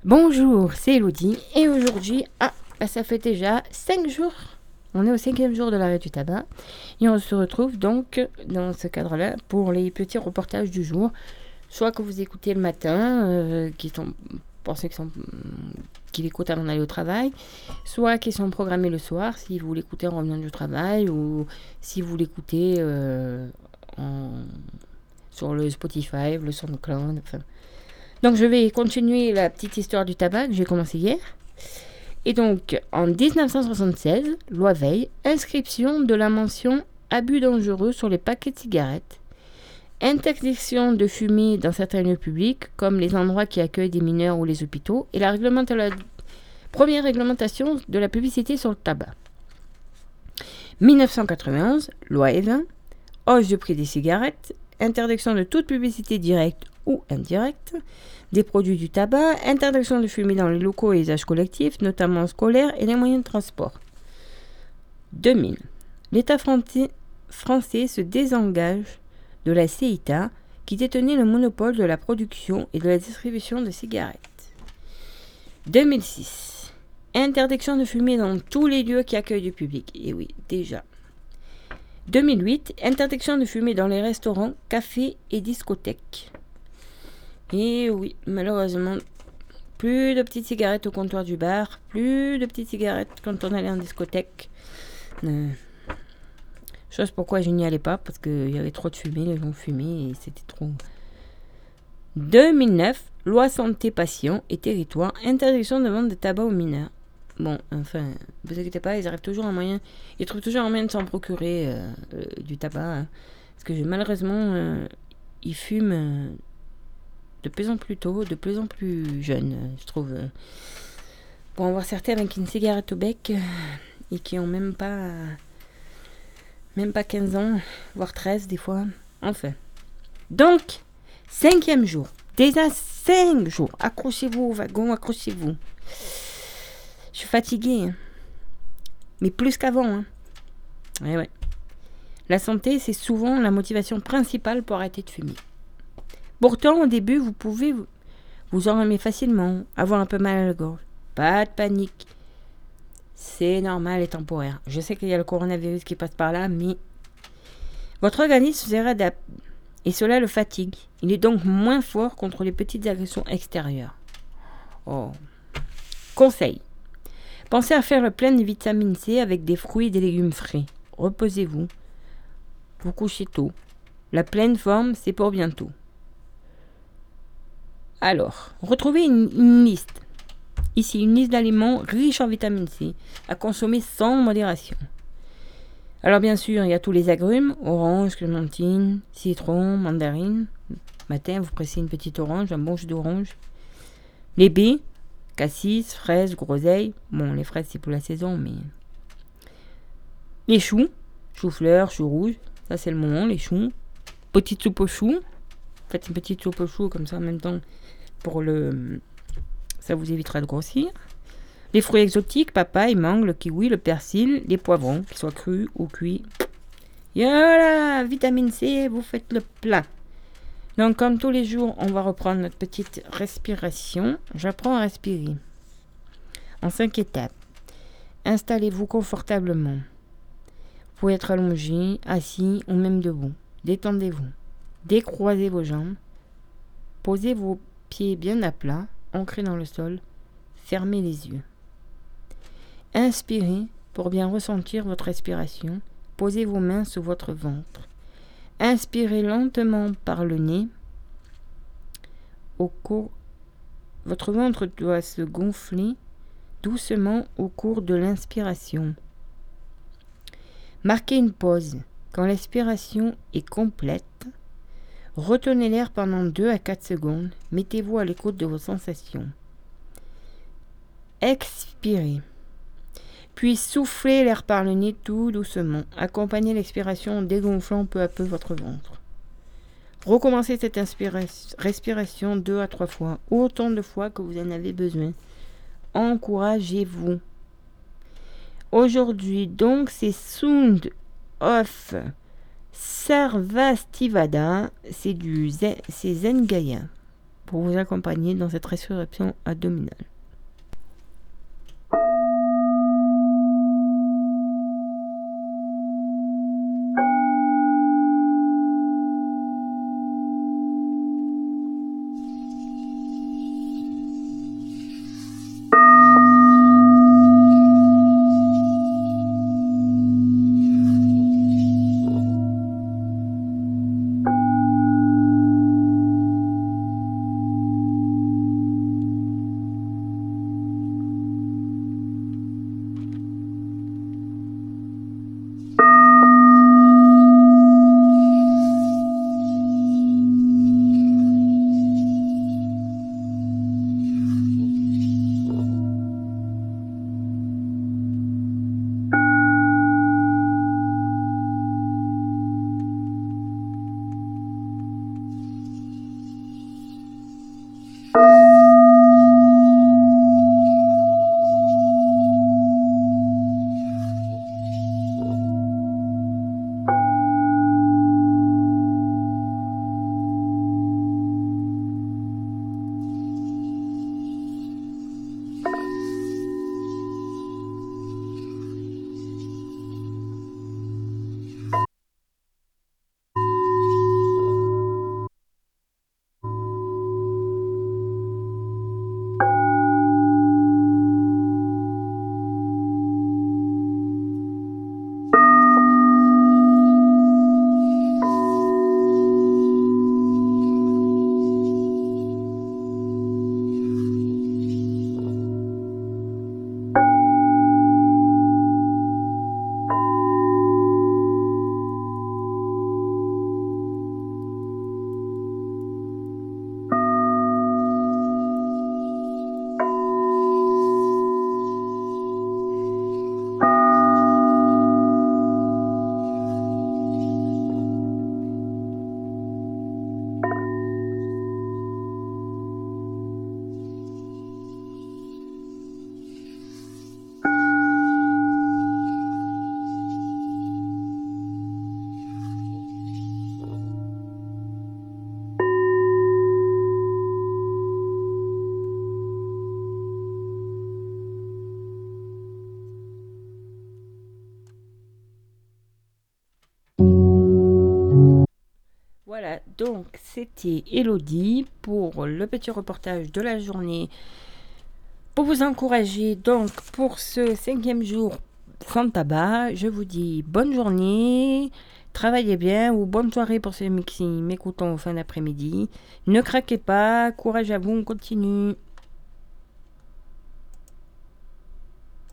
Bonjour, c'est Elodie et aujourd'hui, ça fait déjà 5 jours, on est au 5e jour de l'arrêt du tabac et on se retrouve donc dans ce cadre-là pour les petits reportages du jour, soit que vous écoutez le matin, qui l'écoutent avant d'aller au travail, soit qui sont programmés le soir si vous l'écoutez en revenant du travail ou si vous l'écoutez sur le Spotify, le SoundCloud, enfin. Donc je vais continuer la petite histoire du tabac que j'ai commencé hier. Et donc en 1976, loi Veil, inscription de la mention abus dangereux sur les paquets de cigarettes, interdiction de fumer dans certains lieux publics comme les endroits qui accueillent des mineurs ou les hôpitaux et la première réglementation de la publicité sur le tabac. 1991, loi Evin, hausse du prix des cigarettes, interdiction de toute publicité directe ou indirecte des produits du tabac, interdiction de fumer dans les locaux et usages collectifs, notamment scolaires et les moyens de transport. 2000. L'État français se désengage de la CITA qui détenait le monopole de la production et de la distribution de cigarettes. 2006. Interdiction de fumer dans tous les lieux qui accueillent du public. Et oui, déjà. 2008. Interdiction de fumer dans les restaurants, cafés et discothèques. Et oui, malheureusement, plus de petites cigarettes au comptoir du bar, plus de petites cigarettes quand on allait en discothèque. Chose pourquoi je n'y allais pas, parce qu'il y avait trop de fumée, les gens fumaient et c'était trop. 2009, loi santé patient et territoire, interdiction de vente de tabac aux mineurs. Bon, enfin, vous inquiétez pas, ils trouvent toujours un moyen de s'en procurer du tabac. Hein, parce que malheureusement, ils fument de plus en plus tôt, de plus en plus jeunes, je trouve. Pour en voir certains avec une cigarette au bec et qui ont même pas 15 ans, voire 13 des fois. Enfin. Donc, 5e jour. Déjà 5 jours. Accrochez-vous au wagon, accrochez-vous. Je suis fatiguée. Hein. Mais plus qu'avant. Hein. Ouais. La santé, c'est souvent la motivation principale pour arrêter de fumer. Pourtant, au début, vous pouvez vous enrhumer facilement, avoir un peu mal à la gorge. Pas de panique. C'est normal et temporaire. Je sais qu'il y a le coronavirus qui passe par là, mais votre organisme se réadapte et cela le fatigue. Il est donc moins fort contre les petites agressions extérieures. Oh. Conseil. Pensez à faire le plein de vitamine C avec des fruits et des légumes frais. Reposez-vous. Vous couchez tôt. La pleine forme, c'est pour bientôt. Alors, retrouvez une liste. Ici, une liste d'aliments riches en vitamine C à consommer sans modération. Alors bien sûr, il y a tous les agrumes, orange, clémentine, citron, mandarine. Matin, vous pressez une petite orange, un bon jus d'orange. Les baies, cassis, fraises, groseilles. Bon, les fraises, c'est pour la saison, mais... Les choux, choux-fleurs, choux rouges. Ça, c'est le moment, les choux. Petite soupe aux choux. Faites une petite soupe aux choux comme ça en même temps. Ça vous évitera de grossir. Les fruits exotiques, papaye, mangue, le kiwi, le persil, les poivrons, qu'ils soient crus ou cuits. Et voilà, vitamine C, vous faites le plein. Donc, comme tous les jours, on va reprendre notre petite respiration. J'apprends à respirer. En 5 étapes. Installez-vous confortablement. Vous pouvez être allongé, assis ou même debout. Détendez-vous. Décroisez vos jambes. Posez vos pieds bien à plat, ancrés dans le sol. Fermez les yeux. Inspirez pour bien ressentir votre respiration. Posez vos mains sur votre ventre. Inspirez lentement par le nez. Votre ventre doit se gonfler doucement au cours de l'inspiration. Marquez une pause. Quand l'expiration est complète, retenez l'air pendant 2 à 4 secondes. Mettez-vous à l'écoute de vos sensations. Expirez. Puis soufflez l'air par le nez tout doucement. Accompagnez l'expiration en dégonflant peu à peu votre ventre. Recommencez cette respiration 2 à 3 fois, autant de fois que vous en avez besoin. Encouragez-vous. Aujourd'hui, donc, c'est Sound of Sarvastivada, c'est Zen Gaia. pour vous accompagner dans cette respiration abdominale. Voilà, donc c'était Elodie pour le petit reportage de la journée. Pour vous encourager, donc pour ce 5e jour sans tabac, je vous dis bonne journée, travaillez bien ou bonne soirée pour ceux qui m'écoutent en fin d'après-midi. Ne craquez pas, courage à vous, on continue.